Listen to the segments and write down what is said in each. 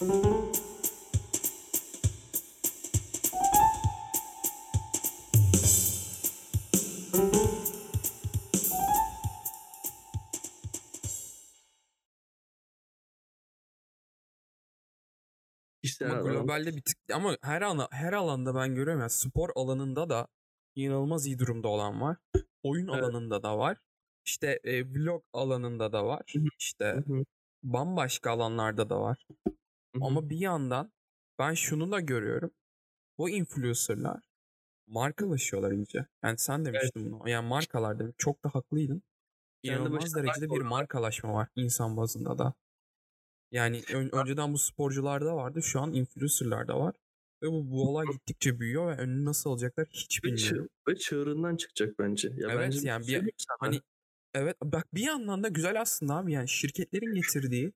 Ama globalde bir tık ama her alanda ben görüyorum ya, spor alanında da inanılmaz iyi durumda olan var. Oyun alanında da var. İşte vlog alanında da var. İşte bambaşka alanlarda da var. Ama bir yandan ben şunu da görüyorum. Bu influencerlar markalaşıyorlar iyice. Yani sen demiştin bunu. Yani markalar demiş. Çok da haklıydın. İnanılmaz derecede bir markalaşma var insan bazında da. Yani önceden bu sporcularda vardı. Şu an influencerlarda var. Ve bu olay gittikçe büyüyor ve önünü nasıl alacaklar hiç bilmiyorum. Ve çığırından çıkacak bence. Ya evet bence yani hani evet bak bir yandan da güzel aslında abi, yani şirketlerin getirdiği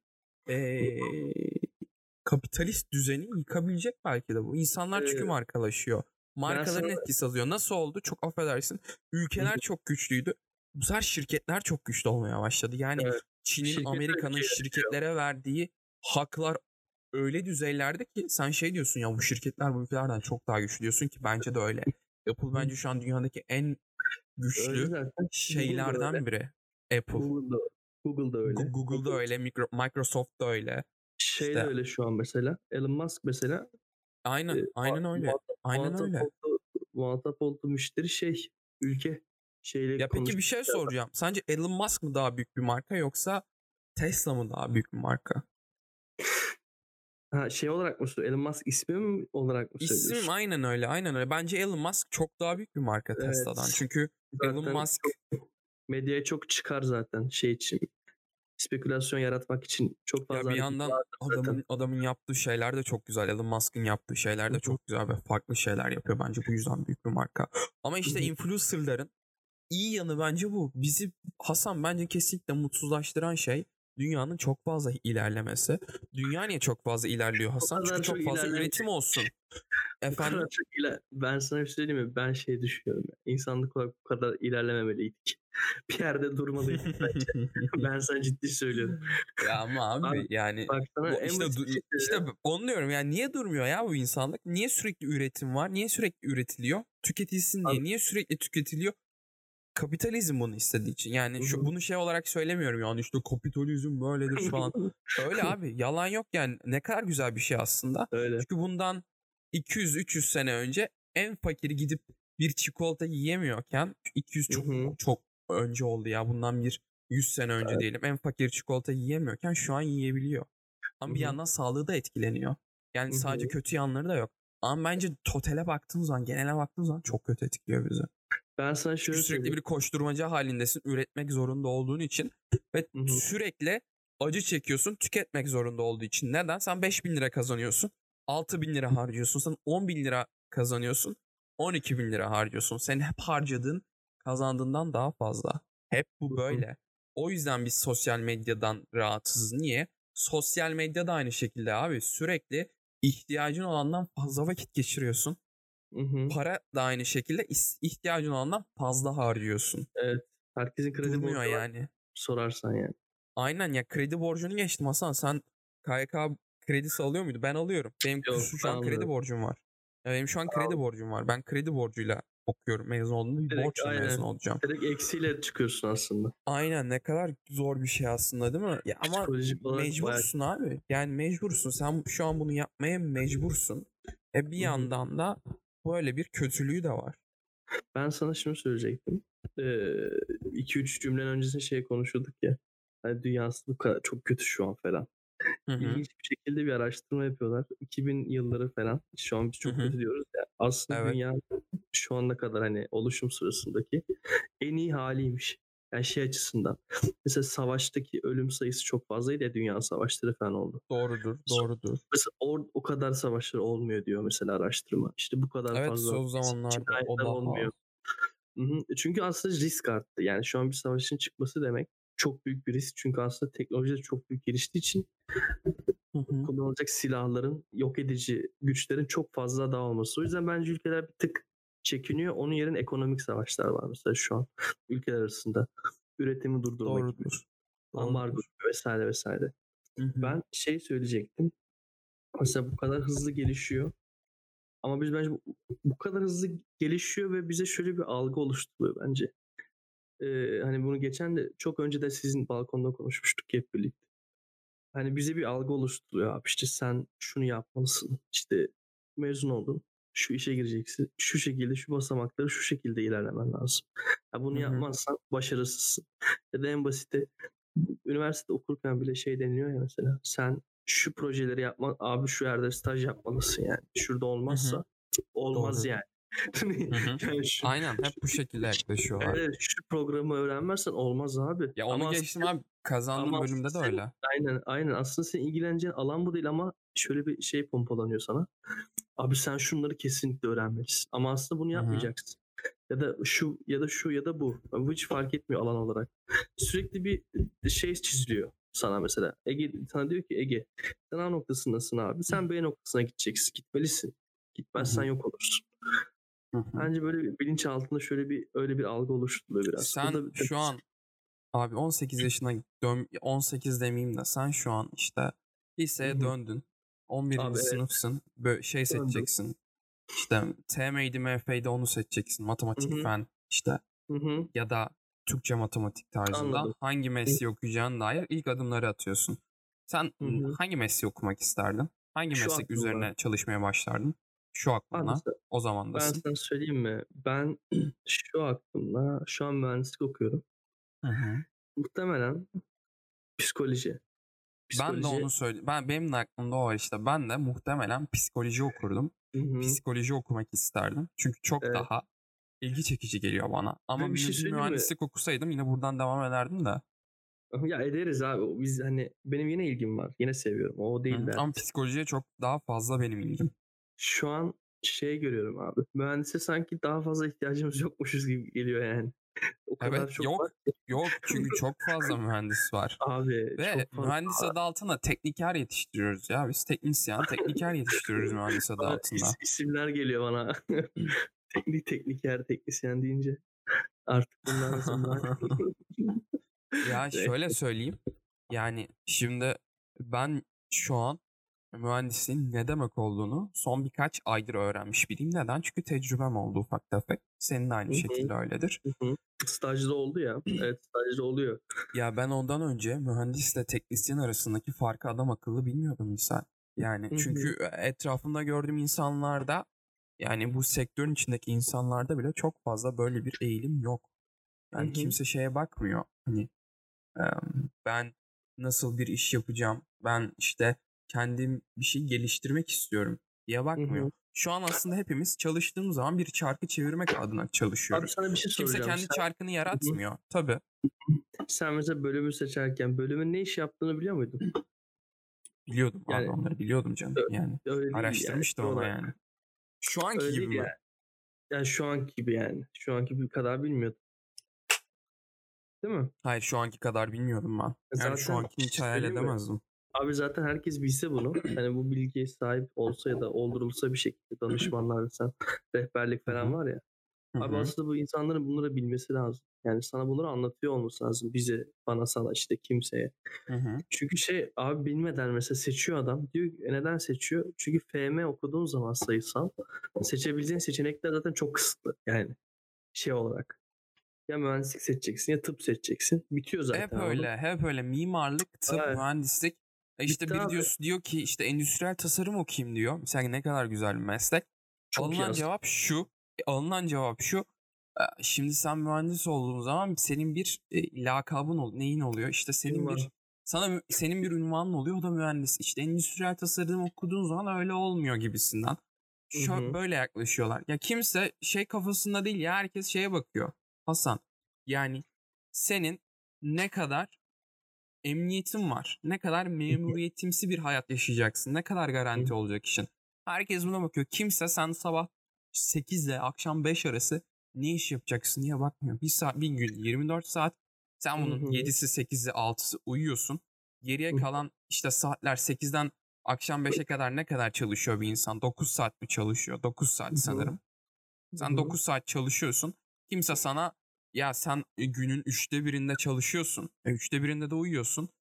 kapitalist düzeni yıkabilecek belki de bu. İnsanlar çünkü markalaşıyor. Markaların etkisi azıyor. Nasıl oldu? Çok affedersin. Ülkeler çok güçlüydü. Bu sefer şirketler çok güçlü olmaya başladı. Yani Çin'in, Amerika'nın şirketlere verdiği haklar öyle düzeylerde ki sen şey diyorsun ya, bu şirketler bu ülkelerden çok daha güçlü diyorsun ki bence de öyle. Apple bence şu an dünyadaki en güçlü şeylerden biri. Apple. Google'da öyle. Google'da öyle. Microsoft'da öyle. Şey de öyle şu an mesela. Elon Musk mesela. Aynen öyle. Aynen öyle. Muhatap olduğu müşteri ülke şeyle ya peki bir şey soracağım. Sence Elon Musk mı daha büyük bir marka yoksa Tesla mı daha büyük bir marka? Şey olarak mı söylüyorsun? Elon Musk ismi mi olarak mı söylüyorsun? İsmim aynen öyle. Bence Elon Musk çok daha büyük bir marka Tesla'dan. Çünkü Elon Musk medyaya çok çıkar zaten şey için. Spekülasyon yaratmak için çok fazla. Ya bir yandan adamın yaptığı şeyler de çok güzel. Elon Musk'ın yaptığı şeyler de çok güzel ve farklı şeyler yapıyor. Bence bu yüzden büyük bir marka. Ama işte influencerların iyi yanı bence bu. Bizi Hasan bence kesinlikle mutsuzlaştıran şey dünyanın çok fazla ilerlemesi. Dünya niye çok fazla ilerliyor Hasan? Çünkü çok fazla üretim olsun. Efendim? Ben sana bir şey söyleyeyim mi? Ben düşünüyorum. İnsanlık olarak bu kadar ilerlememeliydik. Bir yerde durmalıydık bence. Ben sana ciddi söylüyorum. Ya ama abi yani işte onu diyorum yani, niye durmuyor ya bu insanlık? Niye sürekli üretim var? Niye sürekli üretiliyor? Tüketilsin diye. Niye sürekli tüketiliyor? Kapitalizm bunu istediği için. Yani bunu şey olarak söylemiyorum yani, işte kapitalizm böyledir falan. Öyle abi, yalan yok yani. Ne kadar güzel bir şey aslında. Öyle. Çünkü bundan 200-300 sene önce en fakiri gidip bir çikolata yiyemiyorken, 200 çok önce oldu ya, bundan 100 sene önce diyelim, en fakir çikolata yiyemiyorken şu an yiyebiliyor. Ama bir yandan sağlığı da etkileniyor. Yani sadece kötü yanları da yok. Ama bence totale baktığın zaman, genele baktığın zaman çok kötü etkiliyor bizi. Ben sana şöyle sürekli bir koşturmaca halindesin. Üretmek zorunda olduğun için ve sürekli acı çekiyorsun tüketmek zorunda olduğu için. Neden? Sen 5.000 lira kazanıyorsun. 6.000 lira harcıyorsun. Sen 10.000 lira kazanıyorsun. 12.000 lira harcıyorsun. Senin hep harcadığın kazandığından daha fazla. Hep bu böyle. O yüzden biz sosyal medyadan rahatsızız. Niye? Sosyal medya da aynı şekilde abi. Sürekli ihtiyacın olandan fazla vakit geçiriyorsun. Para da aynı şekilde ihtiyacın olandan fazla harcıyorsun. Evet. Herkesin kredi borcu var. Yani. Sorarsan yani. Aynen ya, kredi borcunu geçtim Hasan. Sen KYK kredisi alıyor muydu? Ben alıyorum. Benim şu an kredi borcum var. Benim şu an kredi borcum var. Ben kredi borcuyla okuyorum. Mezun olduğumda bir borçla mezun olacağım. Direkt eksiyle çıkıyorsun aslında. Aynen, ne kadar zor bir şey aslında değil mi? Ya ama mecbursun abi. Yani mecbursun. Sen şu an bunu yapmaya mecbursun. Bir yandan da böyle bir kötülüğü de var. Ben sana şunu söyleyecektim. 2-3 cümlen öncesinde konuşuyorduk ya. Hani dünyası bu kadar çok kötü şu an falan. İlginç bir şekilde bir araştırma yapıyorlar. 2000 yılları falan. Şu an biz çok kötü diyoruz ya. Aslında dünya şu ana kadar hani oluşum sırasındaki en iyi haliymiş. Yani şey açısından. Mesela savaştaki ölüm sayısı çok fazlaydı ya, dünya savaşları falan oldu. Doğrudur. Mesela o kadar savaşlar olmuyor diyor mesela araştırma. İşte bu kadar fazla o zamanlarda o daha olmuyor. Çünkü aslında risk arttı. Yani şu an bir savaşın çıkması demek çok büyük bir risk. Çünkü aslında teknoloji de çok büyük geliştiği için kullanılacak silahların, yok edici güçlerin çok fazla daha olması. O yüzden bence ülkeler bir tık çekiniyor. Onun yerine ekonomik savaşlar var mesela şu an ülkeler arasında. Üretimi durdurmak gibi. Ambargo vesaire vesaire. Ben söyleyecektim. Mesela bu kadar hızlı gelişiyor. Ama biz bence bu kadar hızlı gelişiyor ve bize şöyle bir algı oluşturuyor bence. Hani bunu geçen de çok önce de sizin balkonda konuşmuştuk hep birlikte. Hani bize bir algı oluşturuyor abi, işte sen şunu yapmalısın, işte mezun oldun, şu işe gireceksin, şu şekilde şu basamakları şu şekilde ilerlemen lazım. Ya bunu Hı hı. yapmazsan başarısızsın. Ya da en basiti üniversitede okurken bile şey deniliyor ya, mesela sen şu projeleri yapma abi, şu yerde staj yapmalısın yani. Şurada Hı hı. olmazsa olmaz Doğru. yani. Hı hı. Yani şu, Aynen hep bu şekilde yaklaşıyorlar. evet, şu programı öğrenmezsen olmaz abi. Ya onu Ama geçtim aslında abi, kazandığım bölümde de senin, öyle. aynen aslında senin ilgileneceğin alan bu değil ama şöyle bir şey pompalanıyor sana. Abi sen şunları kesinlikle öğrenmelisin. Ama aslında bunu Hı hı. yapmayacaksın. Ya da şu ya da şu ya da bu. Bu hiç fark etmiyor alan olarak. Sürekli bir şey çiziliyor sana mesela. Ege sana diyor ki Ege, sen A noktasındasın abi. Sen B noktasına gideceksin. Gitmelisin. Hı Gitmezsen hı. yok olursun. Hı hı. Bence böyle bir bilinç altında şöyle bir öyle bir algı oluşturuyor biraz. Bu Sen da şu an abi 18 yaşına 18 demeyeyim de sen şu an işte Hı liseye hı. döndün. 11. Abi evet, sınıfsın. Böyle şey döndüm. seçeceksin. İşte TM'ydi, MF'ydi onu seçeceksin. Hı Matematik, hı. fen işte Hı hı. ya da Türkçe matematik tarzında Anladım. hangi Hı mesleği okuyacağına dair ilk adımları atıyorsun. Sen hı. hangi mesleği okumak isterdin? Hangi Şu meslek aklımda. üzerine çalışmaya başlardın? Şu Abi aklına. mesela O ben zamandasın. sana söyleyeyim mi? Ben şu aklımda şu an mühendislik okuyorum. Hı hı. Muhtemelen psikoloji. Ben de Psikoloji. onu söyle. Benim de aklımda o var işte. Ben de muhtemelen psikoloji okurdum. Hı hı. Psikoloji okumak isterdim. Çünkü çok Evet. daha ilgi çekici geliyor bana. Ama Ve bir şey bir söyleyeyim mi? mühendislik okusaydım yine buradan devam ederdim de. Ya ederiz abi. Biz hani benim yine ilgim var. Yine seviyorum. O Hı değil hı. Ama dert. psikolojiye çok daha fazla benim ilgim. Şu an şey görüyorum abi. Mühendise sanki daha fazla ihtiyacımız yokmuşuz gibi geliyor yani. O Evet, kadar çok var yok. ki. Yok çünkü çok fazla mühendis var. Abi Ve çok fazla. mühendis adı altında tekniker yetiştiriyoruz ya. Biz teknisyen, tekniker yetiştiriyoruz mühendis adı altında. İsimler geliyor bana. Tekniker, teknisyen deyince artık bunlar isimler. Ya şöyle Neyse. söyleyeyim. Yani şimdi ben şu an mühendisliğin ne demek olduğunu son birkaç aydır öğrenmiş biriyim. Neden? Çünkü tecrübem oldu ufak tefek. Senin de Hı aynı hı, şekilde öyledir. hı hı. Stajda oldu ya. Evet, stajda oluyor. Ya ben ondan önce mühendisle teknisyen arasındaki farkı adam akıllı bilmiyordum misal. Yani Hı hı, çünkü etrafımda gördüğüm insanlarda, yani bu sektörün içindeki insanlarda bile çok fazla böyle bir eğilim yok. hı Yani hı, kimse şeye bakmıyor. Hani ben nasıl bir iş yapacağım? Ben işte kendim bir şey geliştirmek istiyorum diye hı bakmıyor. hı. Şu an aslında hepimiz çalıştığımız zaman bir çarkı çevirmek adına Abi çalışıyoruz. sana bir şey Kimse soracağım. kendi Sen, çarkını hı hı. yaratmıyor. Tabii. Sen mesela bölümü seçerken bölümün ne iş yaptığını biliyor muydun? Biliyordum abi, Yani onları biliyordum canım. Yani öyle değil yani. araştırmıştım Şey ama olarak. yani. Şu anki Öyle gibi değil mi? yani. Yani şu anki gibi yani. Şu anki gibi kadar bilmiyordum. Değil mi? Hayır, şu anki kadar bilmiyordum ben. Yani şu Zaten bir ankini hiç şey hayal söyleyeyim mi? edemezdim. Abi zaten herkes bilse bunu. Hani bu bilgiye sahip olsa ya da oldurulsa bir şekilde danışmanlar mesela rehberlik Hı falan hı. var ya. Hı Abi hı. aslında bu insanların bunları bilmesi lazım. Yani sana bunları anlatıyor olması lazım. Bize, bana, sana, işte kimseye. Hı hı. Çünkü şey abi, bilmeden mesela seçiyor adam. Diyor ki, neden seçiyor? Çünkü FM okuduğun zaman sayısal seçebileceğin seçenekler zaten çok kısıtlı. Yani şey olarak. Ya mühendislik seçeceksin ya tıp seçeceksin. Bitiyor Hep zaten anladın öyle, hep öyle. Mimarlık, mı? tıp, mühendislik. İşte Bitti biri abi. diyor ki işte endüstriyel tasarım okuyayım diyor. Mesela ne kadar güzel bir meslek. Çok iyi Alınan aslında. cevap şu. Alınan cevap şu. Şimdi sen mühendis olduğun zaman senin bir lakabın oluyor. Neyin oluyor? İşte Kim senin var? bir senin bir ünvanın oluyor. O da mühendis. İşte endüstriyel tasarım okuduğun zaman öyle olmuyor gibisinden. Hı hı. Böyle yaklaşıyorlar. Ya kimse şey kafasında değil ya, herkes şeye bakıyor. Hasan, yani senin ne kadar emniyetin var, ne kadar memuriyetimsi bir hayat yaşayacaksın, ne kadar garanti olacak işin. Herkes buna bakıyor. Kimse sen sabah 8 ile akşam 5 arası ne iş yapacaksın diye bakmıyor. Bir saat, bir gün 24 saat, sen Hı bunun hı. 7'si 8'i 6'sı uyuyorsun. Geriye Hı hı. kalan işte saatler 8'den akşam 5'e kadar ne kadar çalışıyor bir insan? 9 saat mi çalışıyor? 9 Hı saat hı. sanırım. Hı Sen hı. 9 saat çalışıyorsun. Kimse sana ya sen günün 1/3'ünde çalışıyorsun. 1/3'ünde de uyuyorsun.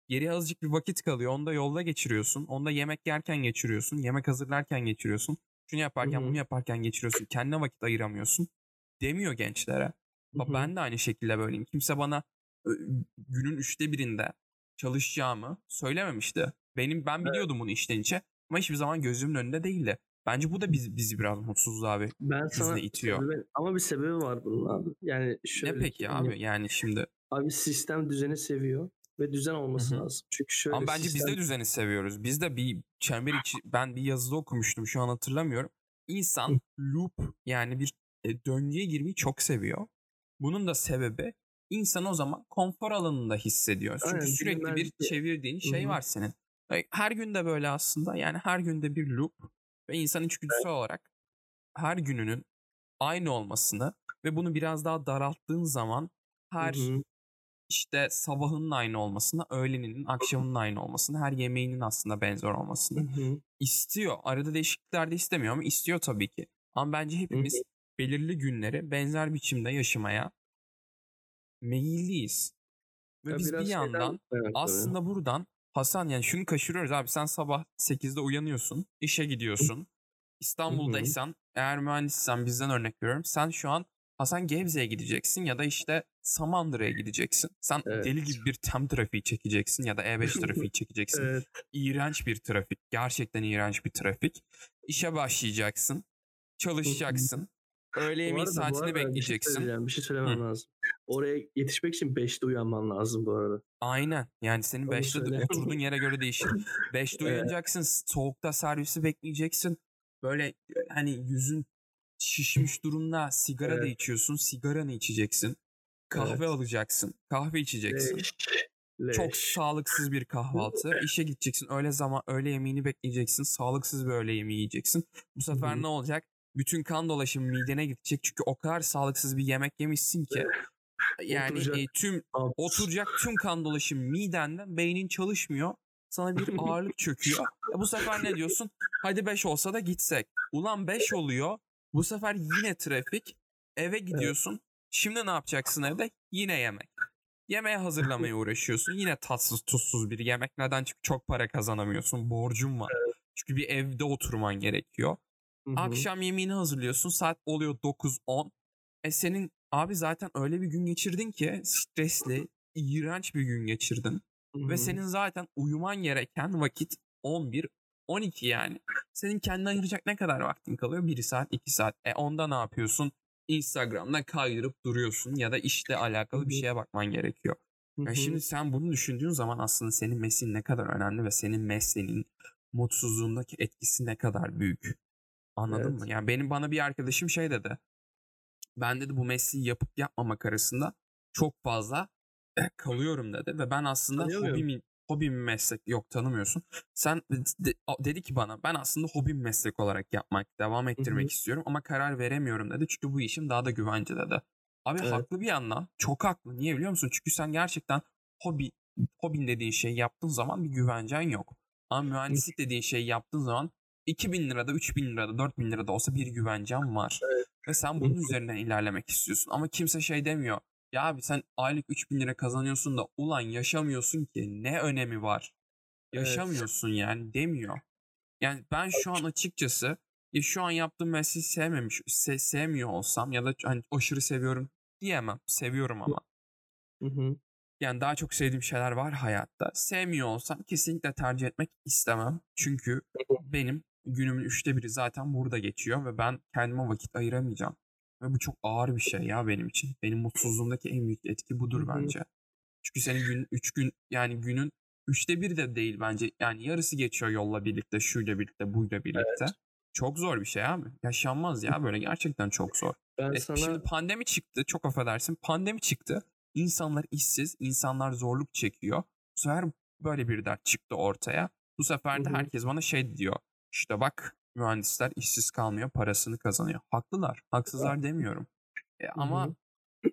Geriye azıcık bir vakit kalıyor. Onu da yolda geçiriyorsun. Onu da yemek yerken geçiriyorsun. Yemek hazırlarken geçiriyorsun. Şunu Hı yaparken, bunu hı. yaparken geçiriyorsun. Kendine vakit ayıramıyorsun. Demiyor gençlere. Hı hı. Ben de aynı şekilde böyleyim. Kimse bana günün 1/3'inde çalışacağımı söylememişti. Ben Evet. biliyordum bunu içten içe. Ama hiçbir zaman gözümün önünde değildi. Bence bu da bizi biraz mutsuzluğa ve Ben hüzne sana itiyor. ama bir sebebi var bunun abi. Yani Ne şöyle ki peki abi? Yani şimdi. abi sistem düzeni seviyor ve düzen Hı olması hı. lazım. Çünkü şöyle Ama bence biz sistem. de düzeni seviyoruz. Biz de bir çember içi, ben bir yazıda okumuştum, şu an hatırlamıyorum. İnsan Hı. loop, yani bir döngüye girmeyi çok seviyor. Bunun da sebebi, insan o zaman konfor alanında hissediyor. Çünkü Aynen sürekli bir bilinmezdi. çevirdiğin Hı şey hı. var senin. Her gün de böyle aslında, yani her günde bir loop ve insan içgüdüsel olarak her gününün aynı olmasını ve bunu biraz daha daralttığın zaman Hı her hı. işte sabahının aynı olmasını, öğleninin, akşamının aynı olmasını, her yemeğinin aslında benzer Hı olmasını hı. istiyor. Arada değişiklikler de istemiyor ama istiyor tabii ki. Ama bence Hı hı. hepimiz belirli günleri benzer biçimde yaşamaya meyilliyiz. Ve Ya biz bir biraz şeyden yandan kaynaklanıyor. aslında buradan, Hasan, yani şunu kaçırıyoruz abi, sen sabah 8'de uyanıyorsun, işe gidiyorsun. Hı hı. İstanbul'daysan, eğer mühendissen, bizden örnek veriyorum. Sen şu an Hasan Gebze'ye gideceksin ya da işte Samandıra'ya gideceksin. Sen Evet. deli gibi bir tem trafiği çekeceksin ya da E5 trafiği çekeceksin. Evet. İğrenç bir trafik. Gerçekten iğrenç bir trafik. İşe başlayacaksın. Hı hı. Çalışacaksın. Öğle Bu yemeği arada bu saatini arada bir şey bekleyeceksin. söyleyeceğim. Bir şey Hı. söylemem lazım. Oraya yetişmek için 5'te uyanman lazım bu arada. Aynen. Yani senin Onu 5'te söyle. oturduğun yere göre değişir. 5'te uyanacaksın. Soğukta servisi bekleyeceksin. Böyle hani yüzün şişmiş durumda, sigara da Evet. içiyorsun. Sigaranı içeceksin. Kahve Evet. alacaksın. Kahve içeceksin. Leş. Çok Leş. sağlıksız bir kahvaltı. İşe gideceksin. Öğle yemeğini bekleyeceksin. Sağlıksız bir öğle yemeği yiyeceksin. Bu Hı sefer hı. ne olacak? Bütün kan dolaşımı midene gidecek. Çünkü o kadar sağlıksız bir yemek yemişsin ki. Yani Oturacak. tüm Alt. oturacak tüm kan dolaşımı midenden, beynin çalışmıyor. Sana bir ağırlık çöküyor. Bu sefer ne diyorsun? Hadi 5 olsa da gitsek. Ulan 5 oluyor. Bu sefer yine trafik. Eve Evet. gidiyorsun. Şimdi ne yapacaksın evde? Yine yemek. Yemeğe hazırlamaya uğraşıyorsun. Yine tatsız tuzsuz bir yemek. Neden? Çünkü çok para kazanamıyorsun. Borcun var. Çünkü bir evde oturman gerekiyor. Hı hı. Akşam yemeğini hazırlıyorsun. Saat oluyor 9-10. Senin abi zaten öyle bir gün geçirdin ki, stresli, iğrenç bir gün geçirdin. Hı Ve hı. senin zaten uyuman gereken vakit 11, 12 yani. Senin kendine ayıracak ne kadar vaktin kalıyor? 1 saat, 2 saat. Onda ne yapıyorsun? Instagram'da kaydırıp duruyorsun ya da işle Hı alakalı bir hı. şeye bakman gerekiyor. Hı Yani şimdi hı. sen bunu düşündüğün zaman aslında senin mesleğin ne kadar önemli ve senin mesleğinin mutsuzluğundaki etkisi ne kadar büyük. Anladın mı? Evet. Yani bana bir arkadaşım şey dedi. Ben dedi bu mesleği yapıp yapmamak arasında çok fazla kalıyorum dedi ve ben aslında Tanıyor muyum? hobim meslek, yok tanımıyorsun. Sen dedi ki bana, ben aslında hobim meslek olarak yapmak, devam Hı hı. ettirmek istiyorum ama karar veremiyorum dedi. Çünkü bu işim daha da güvence dedi. Abi Evet. haklı bir yandan, çok haklı. Niye biliyor musun? Çünkü sen gerçekten hobi hobin dediğin şeyi yaptığın zaman bir güvencen yok. Ama Hı. mühendislik dediğin şeyi yaptığın zaman 2.000 lirada, 3.000 lirada, 4.000 lirada olsa bir güvencen var. Evet. Ve sen Hı bunun üzerinden ilerlemek istiyorsun. Ama kimse şey demiyor. Ya abi sen aylık 3.000 lira kazanıyorsun da ulan yaşamıyorsun ki, ne önemi var? Evet. Yaşamıyorsun yani demiyor. Yani ben şu an açıkçası şu an yaptığım mesleği sevmiyor olsam ya da hani aşırı seviyorum diyemem. Seviyorum ama. Hı hı. Yani daha çok sevdiğim şeyler var hayatta. Sevmiyor olsam kesinlikle tercih etmek istemem. Çünkü benim günümün 1/3'ü zaten burada geçiyor ve ben kendime vakit ayıramayacağım. Ve bu çok ağır bir şey ya benim için. Benim mutsuzluğumdaki en büyük etki Hı budur hı. bence. Çünkü senin 3 gün, yani günün 1/3 de değil bence. Yani yarısı geçiyor yolla birlikte, şuyla birlikte, buyla birlikte. Evet. Çok zor bir şey abi. Yaşanmaz ya, böyle gerçekten çok zor. Ben Şimdi sana pandemi çıktı, çok affedersin. Pandemi çıktı. İnsanlar işsiz, insanlar zorluk çekiyor. Bu sefer böyle bir dert çıktı ortaya. Bu Hı sefer de hı. herkes bana şey diyor. İşte bak, mühendisler işsiz kalmıyor, parasını kazanıyor. Haklılar, haksızlar demiyorum. Hı Ama hı.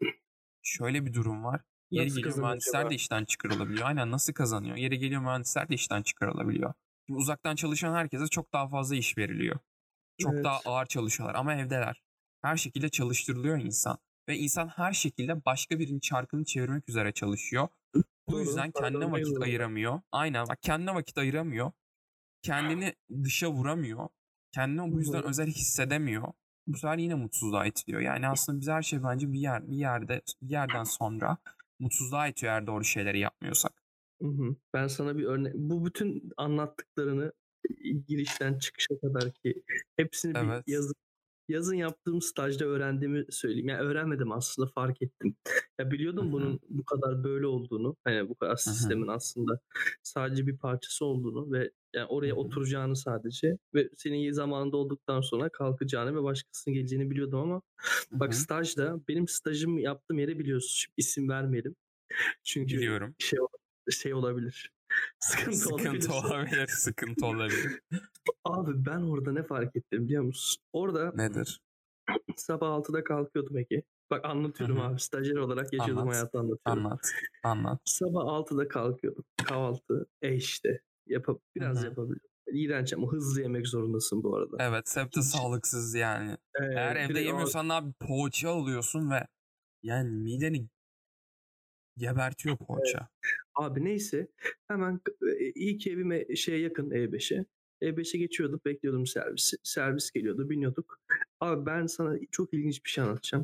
şöyle bir durum var. Yeri Nasıl geliyor kazanıyor mühendisler acaba? de işten çıkarılabiliyor. Aynen, nasıl kazanıyor? Yeri geliyor mühendisler de işten çıkarılabiliyor. Şimdi uzaktan çalışan herkese çok daha fazla iş veriliyor. Çok daha Evet. ağır çalışıyorlar ama evdeler. Her şekilde çalıştırılıyor insan. Ve insan her şekilde başka birinin çarkını çevirmek üzere çalışıyor. Bu Doğru. yüzden Para kendine dönmek vakit zorunda. ayıramıyor. Aynen bak, kendine vakit ayıramıyor. Kendini dışa vuramıyor. Kendini bu yüzden özel hissedemiyor. Bu sefer yine mutsuzluğa itiliyor. Yani aslında biz her şey bence bir yerden sonra mutsuzluğa itiyor eğer doğru şeyleri yapmıyorsak. Ben sana bir örnek... Bu bütün anlattıklarını girişten çıkışa kadar ki hepsini bir Evet. yazın yaptığım stajda öğrendiğimi söyleyeyim. Yani öğrenmedim, aslında fark ettim. Ya biliyordum bunun bu kadar böyle olduğunu. Hani bu kadar sistemin aslında sadece bir parçası olduğunu ve yani oraya oturacağını sadece ve senin zamanında olduktan sonra kalkacağını ve başkasının geleceğini biliyordum ama bak, stajda benim stajımı yaptığım yeri biliyorsun. Şimdi isim vermeyelim. Çünkü Biliyorum. şey olabilir. Sıkıntı olabilir. Sıkıntı olabilir. Sıkıntı olabilir. Abi ben orada ne fark ettim biliyor musun? Orada Nedir? sabah 6'da kalkıyordum Ege. Bak anlatıyorum abi. Stajyer olarak yaşadığım Anlat. hayatı anlatıyorum. Anlat. Sabah 6'da kalkıyordum. Kahvaltı. İşte. Biraz yapabiliyorum. İğrenç ama hızlı yemek zorundasın bu arada. Evet, hep de sağlıksız yani. Eğer evde direkt yemiyorsan abi poğaça alıyorsun ve yani mideni gebertiyor poğaça. Abi neyse, hemen iyi ki evime yakın E5'e. E5'e geçiyorduk, bekliyordum servisi. Servis geliyordu, biniyorduk. Abi ben sana çok ilginç bir şey anlatacağım.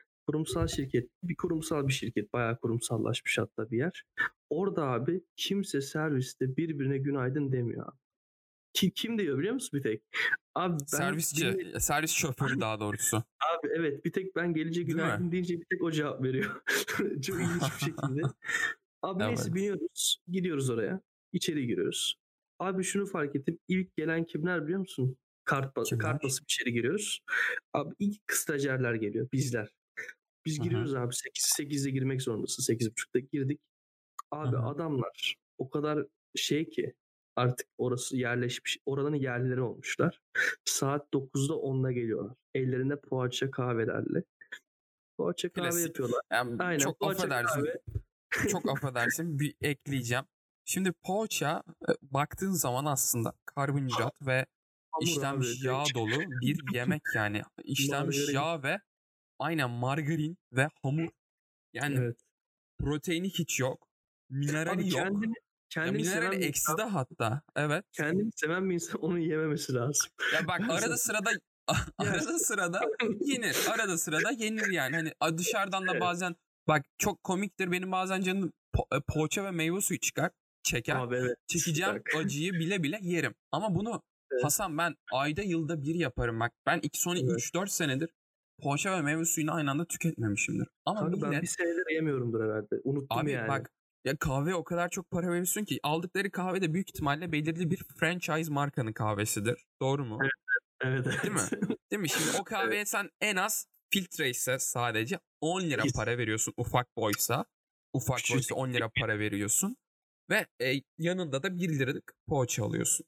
Kurumsal bir şirket, bayağı kurumsallaşmış hatta bir yer. Orada abi kimse serviste birbirine günaydın demiyor abi. Kim diyor biliyor musun bir tek? Abi Servis şoförü daha doğrusu. Abi evet, bir tek ben gelince Değil mi? günaydın deyince bir tek o cevap veriyor. Çok ilginç bir şekilde. Abi neyse, Evet. biniyoruz. Gidiyoruz oraya. İçeri giriyoruz. Abi şunu fark ettim. İlk gelen kimler biliyor musun? Kart Kimler? basıp içeri giriyoruz. Abi ilk stajyerler geliyor. Bizler. Biz giriyoruz abi. 8'de girmek zorundasın. 8.30'da girdik. Abi adamlar o kadar ki artık orası yerleşmiş. Oranın yerlileri olmuşlar. Saat 9'da 10'da geliyorlar. Ellerinde poğaça kahvelerle. Poğaça kahve Klasik. yapıyorlar. Yani Aynen, poğaça kahve. çok affedersin bir ekleyeceğim. Şimdi poğaça baktığın zaman aslında karbonhidrat ve Hamur işlenmiş abi, yağ dolu bir yemek yani. İşlenmiş margarin. yağ ve aynen margarin ve hamur. Yani Evet. proteini hiç yok. Minerali Abi yok. Ya kendini minerali seven bir eksi insan, de hatta. Evet. onu yememesi lazım. Ya bak, Ben sana arada yersin. sırada yenir. Arada sırada yenir yani. Hani dışarıdan da Evet. bazen bak çok komiktir. Benim bazen canım poğaça ve meyve suyu çeker. Abi evet. Çekeceğim Bak. acıyı bile bile yerim. Ama bunu Evet. Hasan ben ayda yılda bir yaparım bak. Ben son Evet. 3-4 senedir poğaça ve meyve suyunu aynı anda tüketmemişimdir. Ama Kanka ben bir senedir yemiyorumdur herhalde. Unuttum abi yani. bak, ya kahve o kadar çok para veriyorsun ki aldıkları kahve de büyük ihtimalle belirli bir franchise markanın kahvesidir. Doğru mu? Evet. Değil mi? Değil mi? Şimdi o kahveye sen en az filtre ise sadece 10 lira para veriyorsun ufak boysa. Ufak Küçücük. boysa 10 lira para veriyorsun. Ve yanında da 1 liralık poğaça alıyorsun.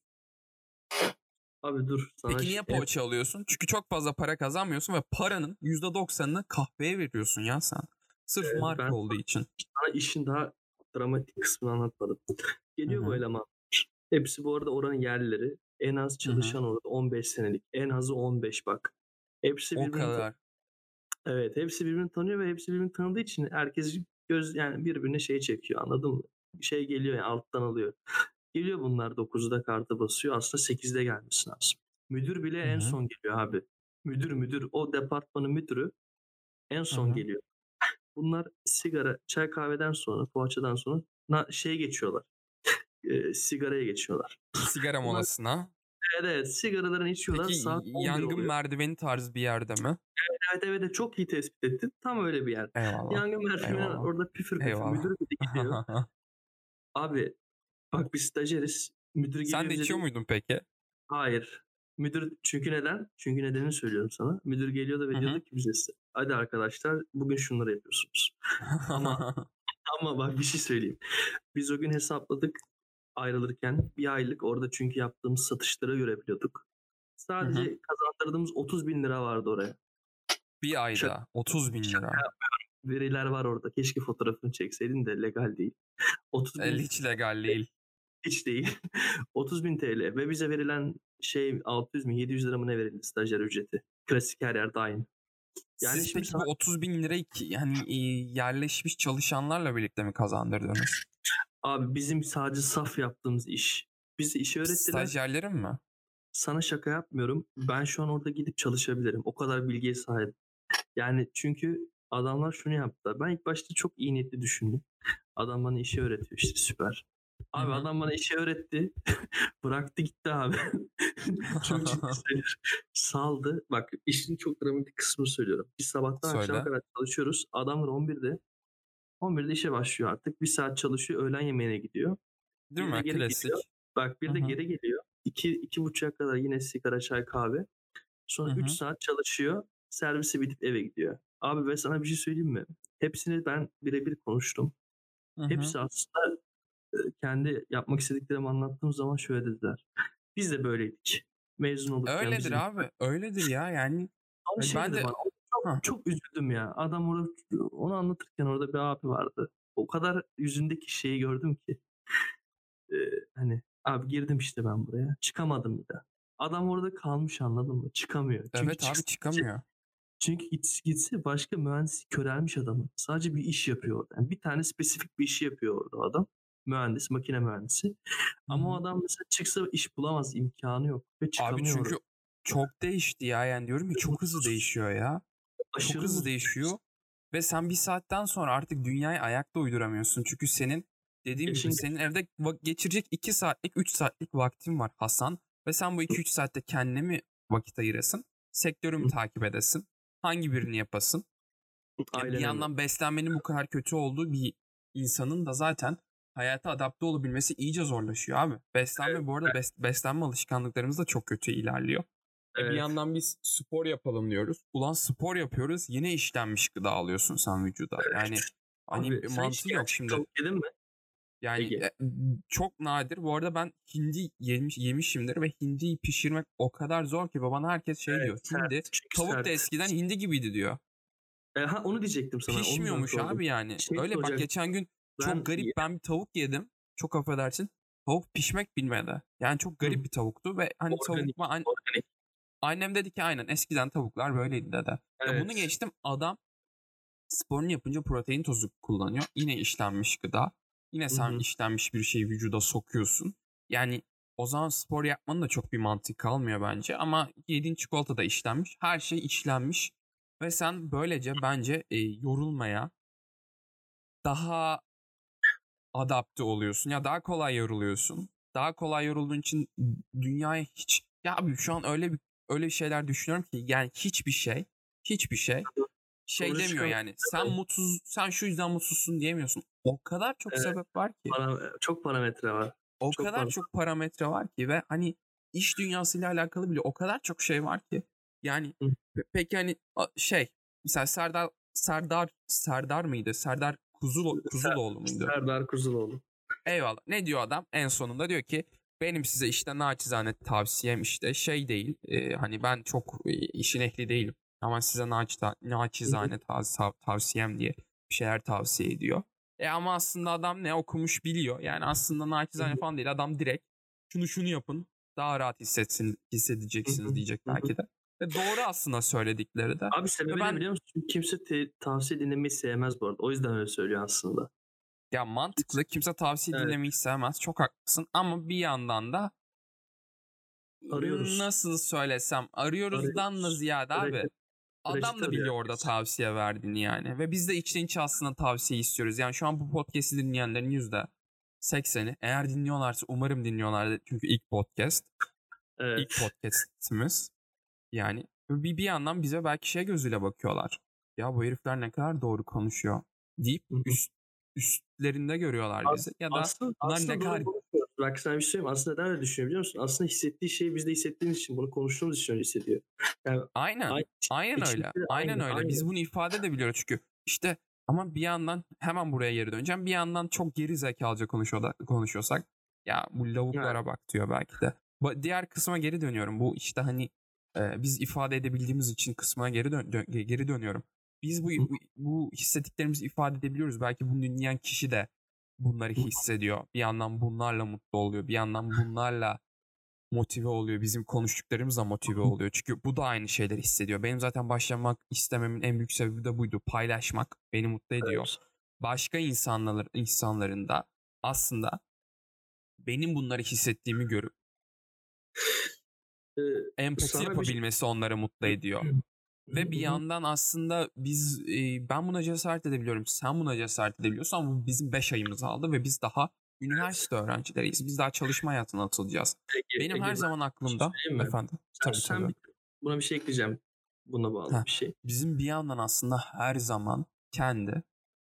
Abi dur. Peki niye poğaça alıyorsun? Çünkü çok fazla para kazanmıyorsun ve paranın %90'ını kahveye veriyorsun ya sen. Sırf marka Ben olduğu için. sana işin daha dramatik kısmını anlatmadım. Geliyor bu eleman. Hepsi bu arada oranın yerlileri. En az çalışan orada 15 senelik. En azı 15 bak. Hepsi O birbirini kadar. Evet, hepsi birbirini tanıyor ve hepsi birbirini tanıdığı için herkes yani birbirine çekiyor, anladın mı? Geliyor yani, alttan alıyor. Geliyor bunlar 9'da kartı basıyor. Aslında 8'de gelmesi lazım. Müdür bile en son geliyor abi. Müdür o departmanın müdürü en son geliyor. Bunlar sigara, çay kahveden sonra, poğaçadan sonra geçiyorlar. Sigaraya geçiyorlar. Sigara Bunlar, molasına. evet, sigaralarını içiyorlar. Peki Saat 11 yangın oluyor. merdiveni tarzı bir yerde mi? Evet, çok iyi tespit ettin. Tam öyle bir yer. Eyvallah. Yangın merdiveni Eyvallah. orada püfür. Eyvallah. Müdür de gidiyor. Abi bak, biz stajyeriz. Müdür Sen geliyor de bize içiyor diyor. muydun peki? Hayır. Çünkü neden? Çünkü nedenini söylüyorum sana. Müdür geliyordu ve diyordu ki bize, hadi arkadaşlar bugün şunları yapıyorsunuz. Ama bak, bir şey söyleyeyim. Biz o gün hesapladık ayrılırken, bir aylık orada çünkü yaptığımız satışları görebiliyorduk. Sadece kazandırdığımız 30 bin lira vardı oraya. Bir ayda 30 bin lira. Veriler var orada. Keşke fotoğrafını çekseydin de, legal değil. 30 bin Hiç legal değil. hiç değil. 30 bin TL ve bize verilen 600 mi 700 lira mı ne verildi stajyer ücreti. Klasik, her yerde aynı. Yani Siz şimdi peki bu 30 bin lirayı yani yerleşmiş çalışanlarla birlikte mi kazandırdınız? Abi bizim sadece saf yaptığımız iş. Bize işi öğrettiler. Stajyerlerin mi? Sana şaka yapmıyorum. Ben şu an orada gidip çalışabilirim. O kadar bilgiye sahip. Yani çünkü adamlar şunu yaptılar. Ben ilk başta çok iyi niyetli düşündüm. Adam bana işi öğretiyor işte süper. Abi Hı hı. adam bana işi öğretti. Bıraktı gitti abi. Çok ciddi söylüyorum. Saldı. Bak işin çok dramatik kısmını söylüyorum. Biz sabahtan akşama Söyle. kadar çalışıyoruz. Adamlar 11'de işe başlıyor artık. Bir saat çalışıyor. Öğlen yemeğine gidiyor. Değil Bir de mi? geri geliyor. Klasik. Bak Hı bir de hı. geri geliyor. 2-2.30'a kadar yine sigara, çay, kahve. Hı Sonra 3 hı. saat çalışıyor. Servisi bitip eve gidiyor. Abi ve sana bir şey söyleyeyim mi? Hepsini ben birebir konuştum. Hı hı. Hepsi aslında kendi yapmak istediklerimi anlattığım zaman şöyle dediler. Biz de böyleydik. Mezun olurken Öyledir bizim abi. Öyledir ya. Yani aynı şey ben dedi de bana. Çok, Hah, çok üzüldüm ya. Adam orada onu anlatırken orada bir abi vardı. O kadar yüzündeki şeyi gördüm ki. Ee, hani abi girdim işte ben buraya. Çıkamadım bir daha. Adam orada kalmış anladın mı? Çıkamıyor. Çünkü evet abi çıksın. çıkamıyor. Çünkü gitse başka mühendis körelmiş adamı. Sadece bir iş yapıyor orada. Yani bir tane spesifik bir işi yapıyor orada adam. Mühendis, makine mühendisi. Hı Ama o hı. adam mesela çıksa iş bulamaz, imkanı yok. Ve Abi çıkamıyor çünkü orada. çok değişti ya. Yani diyorum ki çok hızlı Mutsuz. değişiyor ya. Çok Aşırı hızlı mutsuz. değişiyor. Ve sen bir saatten sonra artık dünyayı ayakta uyduramıyorsun. Çünkü senin dediğim gibi Yaşın senin evde geçirecek 2 saatlik 3 saatlik vaktin var Hasan. Ve sen bu 2-3 saatte kendine mi vakit ayırasın? Sektörü mü takip edesin? Hangi birini yapasın? Bir ailene mi? yandan beslenmenin bu kadar kötü olduğu bir insanın da zaten hayata adapte olabilmesi iyice zorlaşıyor abi. Beslenme bu arada beslenme alışkanlıklarımız da çok kötü ilerliyor. Bir Evet. yandan biz spor yapalım diyoruz. Ulan spor yapıyoruz yine işlenmiş gıda alıyorsun sen vücuda. Yani hani Abi bir sen hiç mantığı yok gerçek şimdi. tavuk yedin mi Yani Ege? çok nadir. Bu arada ben hindi yemişimdir ve hindiyi pişirmek o kadar zor ki babana herkes şey Evet diyor. Hindi sert. Çünkü tavuk da sert. eskiden hindi gibiydi diyor. Onu diyecektim sana. O yüzden Pişmiyormuş sordum. abi yani. Şey Öyle bak soracak. geçen gün çok Ben garip ben bir tavuk yedim. Çok affedersin. Tavuk pişmek bilmedi. Yani çok Hı, garip bir tavuktu ve hani organik. Organik. annem dedi ki aynen eskiden tavuklar böyleydi dedi. Ya bunu Evet. geçtim adam sporunu yapınca protein tozu kullanıyor. Yine işlenmiş gıda. Yine Hı sen hı. işlenmiş bir şeyi vücuda sokuyorsun. Yani o zaman spor yapmanın da çok bir mantık kalmıyor bence. Ama yediğin çikolata da işlenmiş. Her şey işlenmiş. Ve sen böylece bence yorulmaya daha adapte oluyorsun. Ya daha kolay yoruluyorsun. Daha kolay yorulduğun için dünyaya hiç ya abi şu an öyle şeyler düşünüyorum ki yani hiçbir şey şey Doğru demiyor çıkan yani. Sen şu yüzden mutsuzsun diyemiyorsun. O kadar çok evet, sebep var ki. çok parametre var. O Çok kadar fazla. çok parametre var ki ve hani iş dünyasıyla alakalı bile o kadar çok şey var ki. Yani Hı. peki hani şey mesela Serdar mıydı? Serdar Kuzuloğlu muydu? Serdar Kuzuloğlu. Eyvallah. Ne diyor adam? En sonunda diyor ki benim size işte naçizane tavsiyem işte şey değil. Hani ben çok işin ehli değilim. Ama size Hı hı. naçizane tavsiyem diye bir şeyler tavsiye ediyor. Ama aslında adam ne okumuş biliyor. Yani aslında Hı naçizane hı. falan değil. Adam direkt şunu yapın. Daha rahat Hı hissedeceksiniz hı. diyecek Hı hı. belki de. Ve doğru aslında söyledikleri de. Abi Ve sebebi ne ben biliyor musun? Çünkü kimse tavsiye dinlemeyi sevmez bu arada. O yüzden öyle söylüyor aslında. ya mantıklı kimse tavsiye Evet. dinlemeyi sevmez. Çok haklısın. Ama bir yandan da Arıyoruz. nasıl söylesem arıyoruzdan da Arıyoruz. ziyade abi adam Reçete da arıyor biliyor orada herkes. tavsiye verdiğini yani ve biz de içten içe aslında tavsiye istiyoruz. Yani şu an bu podcast'i dinleyenlerin %80'i eğer dinliyorlarsa umarım dinliyorlardır çünkü ilk Evet. podcast'imiz yani bir yandan bize belki şey gözüyle bakıyorlar. Ya bu herifler ne kadar doğru konuşuyor deyip Hı hı. üstlerinde görüyorlar bizi ya da bunlar ne Aslında kadar doğru konuşuyoruz. Bak sana bir şey söyleyeyim. Aslında neden öyle düşünüyor biliyor musun? Aslında hissettiği şeyi biz de hissettiğimiz için, bunu konuştuğumuz için öyle hissediyor. Yani Aynen. aynı, Aynen öyle. içimizde Aynen aynı, öyle. aynı. Biz bunu ifade edebiliyoruz çünkü işte ama bir yandan hemen buraya geri döneceğim. Bir yandan çok geri zekalıca konuşuyorsak ya bu Yani, lavuklara bak diyor belki de. Diğer kısma geri dönüyorum. Bu işte hani biz ifade edebildiğimiz için kısmına geri dönüyorum. Biz bu hissettiklerimizi ifade edebiliyoruz. Belki bunu dinleyen kişi de bunları hissediyor. Bir yandan bunlarla mutlu oluyor. Bir yandan bunlarla motive oluyor. Bizim konuştuklarımız da motive oluyor. Çünkü bu da aynı şeyleri hissediyor. Benim zaten başlamak istememin en büyük sebebi de buydu. Paylaşmak beni mutlu ediyor. evet. Başka insanların da aslında benim bunları hissettiğimi görüp empati Sana bir yapabilmesi onları mutlu ediyor. Ve bir Hı hı. yandan aslında ben buna cesaret edebiliyorum. Sen buna cesaret edebiliyorsun ama bu bizim 5 ayımızı aldı ve biz daha üniversite öğrencileriyiz. Biz daha çalışma hayatına atılacağız. Peki Benim Ege, her ben zaman bir şey aklımda söyleyeyim mi? efendim. Sen, Tabii sen tabii. bir, buna bir şey ekleyeceğim. Buna bağlı Heh, bir şey. bizim bir yandan aslında her zaman kendi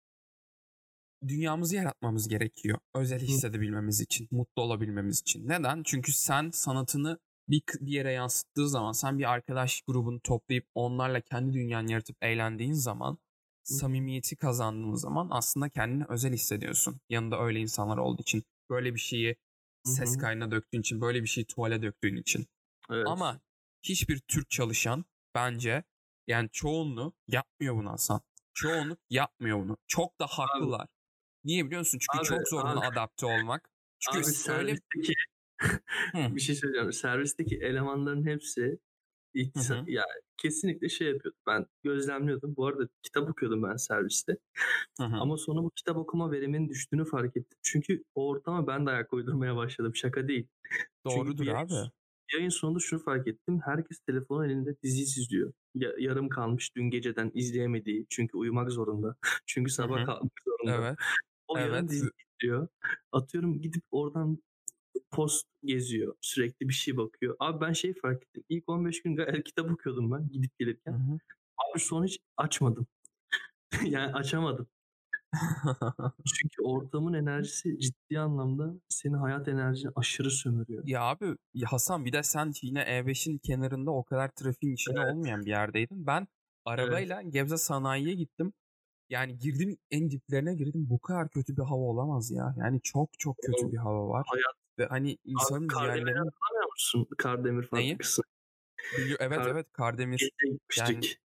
dünyamızı yaratmamız gerekiyor. Özel Hı hissedebilmemiz için, mutlu olabilmemiz için. Neden? Çünkü sen sanatını bir yere yansıttığı zaman, sen bir arkadaş grubunu toplayıp onlarla kendi dünyanı yaratıp eğlendiğin zaman, hı. samimiyeti kazandığın zaman aslında kendini özel hissediyorsun. Yanında öyle insanlar olduğu için, böyle bir şeyi Hı ses hı. kaydına döktüğün için, böyle bir şeyi tuvale döktüğün için. Evet. Ama hiçbir Türk çalışan bence yani çoğunluğu yapmıyor bunu Hasan. Çoğunluk yapmıyor bunu. Çok da Abi, haklılar. Niye biliyor musun? Çünkü abi, çok zor abi, buna adapte olmak. Çünkü abi öyle... servisteki Hı bir şey söyleyeceğim. Servisteki elemanların hepsi hı hı ya kesinlikle şey yapıyordu. Ben gözlemliyordum. Bu arada kitap okuyordum ben serviste. hı. Hı. Ama sonra bu kitap okuma verimin düştüğünü fark ettim. Çünkü o ortama ben de ayak uydurmaya başladım. Şaka değil. Çünkü Doğrudur abi. bir ayın sonunda şunu fark ettim. Herkes telefonu elinde dizi izliyor. Yarım kalmış dün geceden izleyemediği. Çünkü uyumak zorunda. Çünkü Hı sabah hı. kalkmak zorunda. Evet. O yarım Evet. dizi izliyor. Atıyorum gidip oradan post geziyor. Sürekli bir şey bakıyor. Abi ben şey fark ettim. İlk 15 gün gayet kitap okuyordum ben gidip Hı gelirken. hı. Abi sonra hiç açmadım. Yani açamadım. Çünkü ortamın enerjisi ciddi anlamda senin hayat enerjini aşırı sömürüyor. Ya abi Hasan bir de sen yine E5'in kenarında o kadar trafiğin içinde Evet, olmayan bir yerdeydin. Ben evet. arabayla Gebze Sanayi'ye gittim. Yani girdim en diplerine girdim. Bu kadar kötü bir hava olamaz ya. Yani çok çok kötü O bir hava var. hayat. Ve hani Abi insanın Kardemir'i ciğerlerinin hatırlamıyor musun? Kardemir neyi? fabrikası. Biliyor. Evet Kar evet Kardemir. Gece Yani gitmiştik.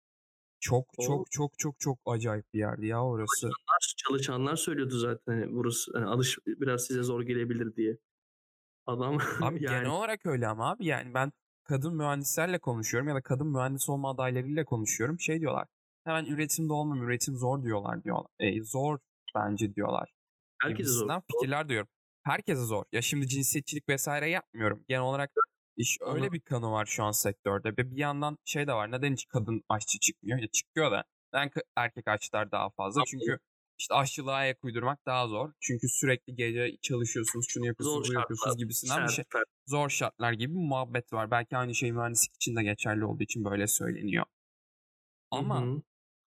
çok O çok çok çok çok acayip bir yerdi ya orası. çalışanlar söylüyordu zaten hani burası hani biraz size zor gelebilir diye. Adam Abi genel yani olarak öyle ama abi yani ben kadın mühendislerle konuşuyorum ya da kadın mühendis olma adaylarıyla konuşuyorum. Şey diyorlar. Hemen üretimde olmam, üretim zor diyorlar. Zor bence diyorlar. herkese zor. Gibisinden Doğru. fikirler duyuyorum. Herkese zor. Ya şimdi cinsiyetçilik vesaire yapmıyorum. Genel olarak öyle Anladım. bir kanı var şu an sektörde. Ve bir yandan şey de var. Neden hiç kadın aşçı çıkmıyor? Ya çıkıyor da. Neden erkek aşçılar daha fazla? Anladım. Çünkü işte aşçılığa ayak uydurmak daha zor. Çünkü sürekli gece çalışıyorsunuz, şunu Zor yapıyorsunuz, bunu şartlar. yapıyorsunuz gibisinden bir şey. Sert. Zor şartlar gibi bir muhabbet var. Belki aynı şey mühendislik için de geçerli olduğu için böyle söyleniyor. Hı Ama hı.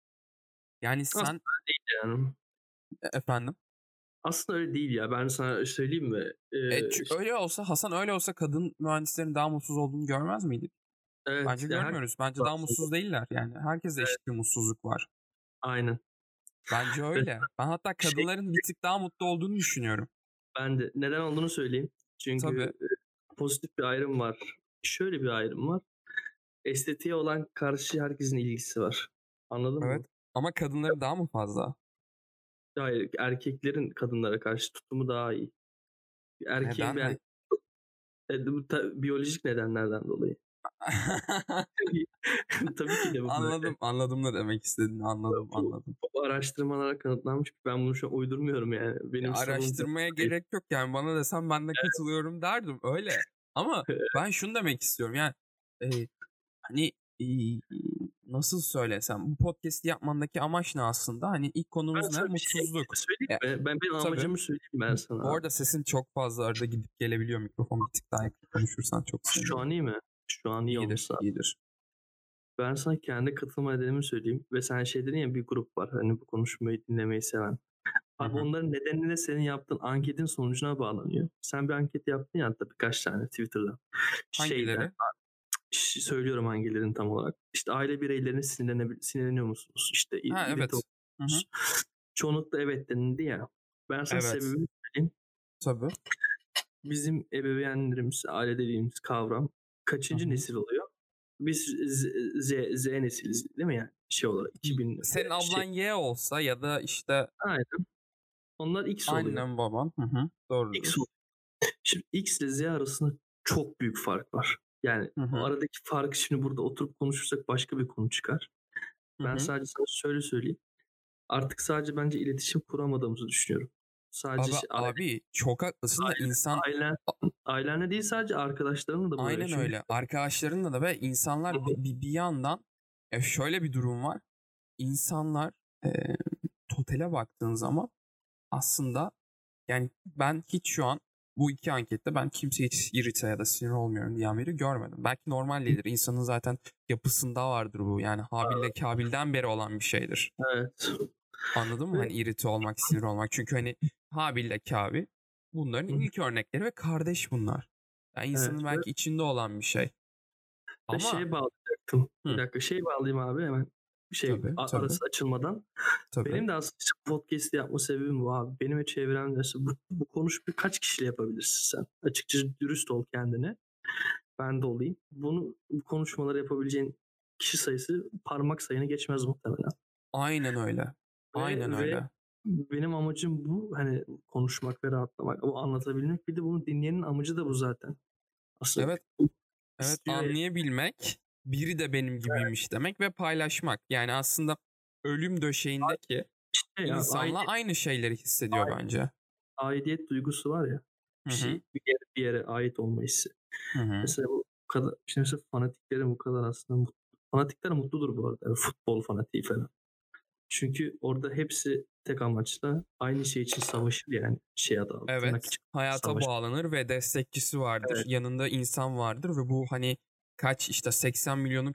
yani sen Aslında değil yani. efendim Aslında öyle değil ya. Ben sana söyleyeyim mi? öyle olsa Hasan öyle olsa kadın mühendislerin daha mutsuz olduğunu görmez miydik? Evet. Bence Ya herkes görmüyoruz. Bence daha aslında. mutsuz değiller yani. Herkeste Evet. eşit bir mutsuzluk var. Aynen. Bence Ve öyle. Ben hatta şey kadınların bir tık daha mutlu olduğunu düşünüyorum. ben de neden olduğunu söyleyeyim. Tabii. Çünkü pozitif bir ayrım var. Şöyle bir ayrım var. Estetiğe olan karşı herkesin ilgisi var. Anladın Evet. mı? Ama kadınların daha mı fazla? Hayır, erkeklerin kadınlara karşı tutumu daha iyi. Erkeğin Neden? bir erkek bu biyolojik nedenlerden dolayı. Tabii, tabii ki de bu böyle. Anladım ne demek istediğini. Bu, Anladım. bu araştırmalara kanıtlanmış. Ben bunu şu an uydurmuyorum yani. Ya Benim savunduğum araştırmaya değil. gerek yok yani bana desem ben de katılıyorum derdim öyle. Ama ben şunu demek istiyorum yani e, hani e, nasıl söylesem bu podcast'i yapmandaki amaç ne aslında? Hani ilk Ben konumuz ne? sana bir şey Mutsuzluk. söyleyeyim mi? Benim Tabii. amacımı söyleyeyim ben sana Bu abi. arada sesin çok fazla arada gidip gelebiliyor. Mikrofon bir tık daha yakın konuşursan çok Şu sevinirim. an iyi mi? Şu an iyi İyidir, olması lazım. iyidir. Ben sana kendi katılma nedenimi söyleyeyim. Ve sen şey dedin ya bir grup var. Hani bu konuşmayı dinlemeyi seven. Hı Abi hı. onların nedeni de senin yaptığın anketin sonucuna bağlanıyor. Sen bir anket yaptın ya hatta birkaç tane Twitter'da. Şeyden Hangileri? söylüyorum hangilerini tam olarak. İşte aile bireylerine sinirleniyor musunuz? İşte Ha irite evet. Hı hı. musunuz? Çoğunlukla evet denildi ya. Ben sana Evet. sebebini söyleyeyim. Tabii. Bizim ebeveynlerimiz, aile dediğimiz kavram Hı kaçıncı hı. nesil oluyor? Biz Z nesiliz değil mi yani? Şey olarak 2000 Senin ablan şey. Y olsa ya da işte Aynen. Onlar X oluyor. annen baban. Hı hı. X Doğrudur. oluyor. Şimdi X ile Z arasında çok büyük fark var. Yani Hı o hı. aradaki farkı şimdi burada oturup konuşursak başka bir konu çıkar. Hı Ben hı. sadece sana şöyle söyleyeyim. Artık sadece bence iletişim kuramadığımızı düşünüyorum. Sadece Abi çok haklısın da insan ailenle değil, sadece arkadaşlarınla da böyle. aynen Çünkü öyle. Arkadaşlarınla da ve insanlar bir yandan şöyle bir durum var. İnsanlar totale baktığın zaman aslında yani ben hiç şu an bu iki ankette ben kimseye hiç irite ya da sinir olmuyorum diyen biri görmedim. Belki normal değildir. İnsanın zaten yapısında vardır bu. Yani Habil'le Kabil'den beri olan bir şeydir. Evet. Anladın mı? Hani irite olmak, sinir olmak. Çünkü hani Habil'le Kabil bunların ilk örnekleri ve kardeş bunlar. Yani insanın Evet. belki içinde olan bir şey. Ama Şeye bağlayacaktım. Bir dakika bağlayayım abi hemen. tabii. Arası açılmadan. Tabii. Benim de aslında podcast yapma sebebim bu abi. Benim çevremde bu konuşmayı kaç kişiyle yapabilirsin sen? Açıkça dürüst ol kendine. Ben de olayım. Bu konuşmaları yapabileceğin kişi sayısı parmak sayını geçmez muhtemelen. Aynen öyle. Aynen öyle. Benim amacım bu. Hani konuşmak ve rahatlamak. O anlatabilmek. Bir de bunu dinleyenin amacı da bu zaten. Aslında Evet. Evet, anlayabilmek, biri de benim gibiymiş demek ve paylaşmak. Yani aslında ölüm döşeğindeki insanla aynı şeyleri hissediyor bence. Aidiyet duygusu var ya. Bir yere ait olma hissi. Mesela bu kadar, işte mesela fanatiklerin bu kadar aslında fanatikler mutludur bu arada. Yani futbol fanatiği falan. Çünkü orada hepsi tek amaçla aynı şey için savaşır yani adı altında. Evet, hayata bağlanır ve destekçisi vardır. Evet. Yanında insan vardır ve bu hani kaç işte 80 milyonun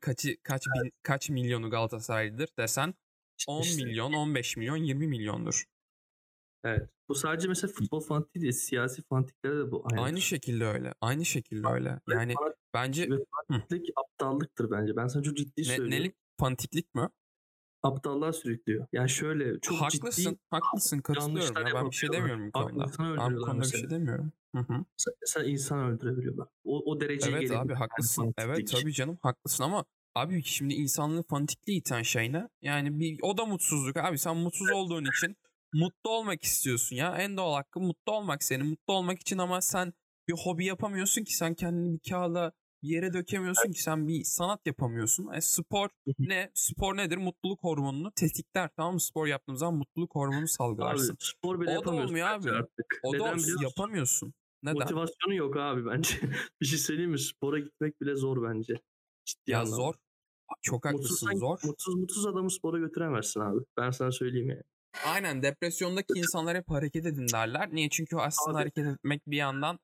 kaç milyonu Galatasaraylıdır desen 10 milyon, 15 milyon, 20 milyondur. Evet. Bu sadece mesela futbol fanatiği değil, siyasi fanatiklere de bu aynıdır. Aynı şekilde öyle. Aynı şekilde öyle. Yani bence fanatiklik aptallıktır bence. Ben sana çok ciddi söylüyorum. Nelik fanatiklik mi? Aptallığa sürüklüyor. Yani şöyle çok ciddi haklısın katılıyorum ya, ben bir şey demiyorum bu konuda. Ben bu konuda bir şey demiyorum. Mesela insan öldürebiliyorlar. O dereceye evet gelebiliyor. Abi haklısın. Yani evet tabii canım haklısın ama abi şimdi insanlığı fanatikliğe iten şey ne? Yani o da mutsuzluk abi, sen mutsuz olduğun için mutlu olmak istiyorsun ya. En doğal hakkı mutlu olmak senin. Mutlu olmak için ama sen bir hobi yapamıyorsun ki, sen kendini bir kağıda bir yere dökemiyorsun ki, sen bir sanat yapamıyorsun. Spor ne? Spor nedir? Mutluluk hormonunu tetikler, tamam mı? Spor yaptığın zaman mutluluk hormonu salgılarsın. Abi spor bile O da olmuyor abi. artık. O da Neden yapamıyorsun. Neden? Motivasyonu yok abi bence. Bir şey söyleyeyim mi? Spora gitmek bile zor bence. Ciddi ya anlamda. Zor. Çok haklısın, zor. Mutsuz adamı spora götüremezsin abi. Ben sana söyleyeyim yani. Aynen, depresyondaki insanlar hep hareket edin derler. Niye? Çünkü aslında hareket etmek bir yandan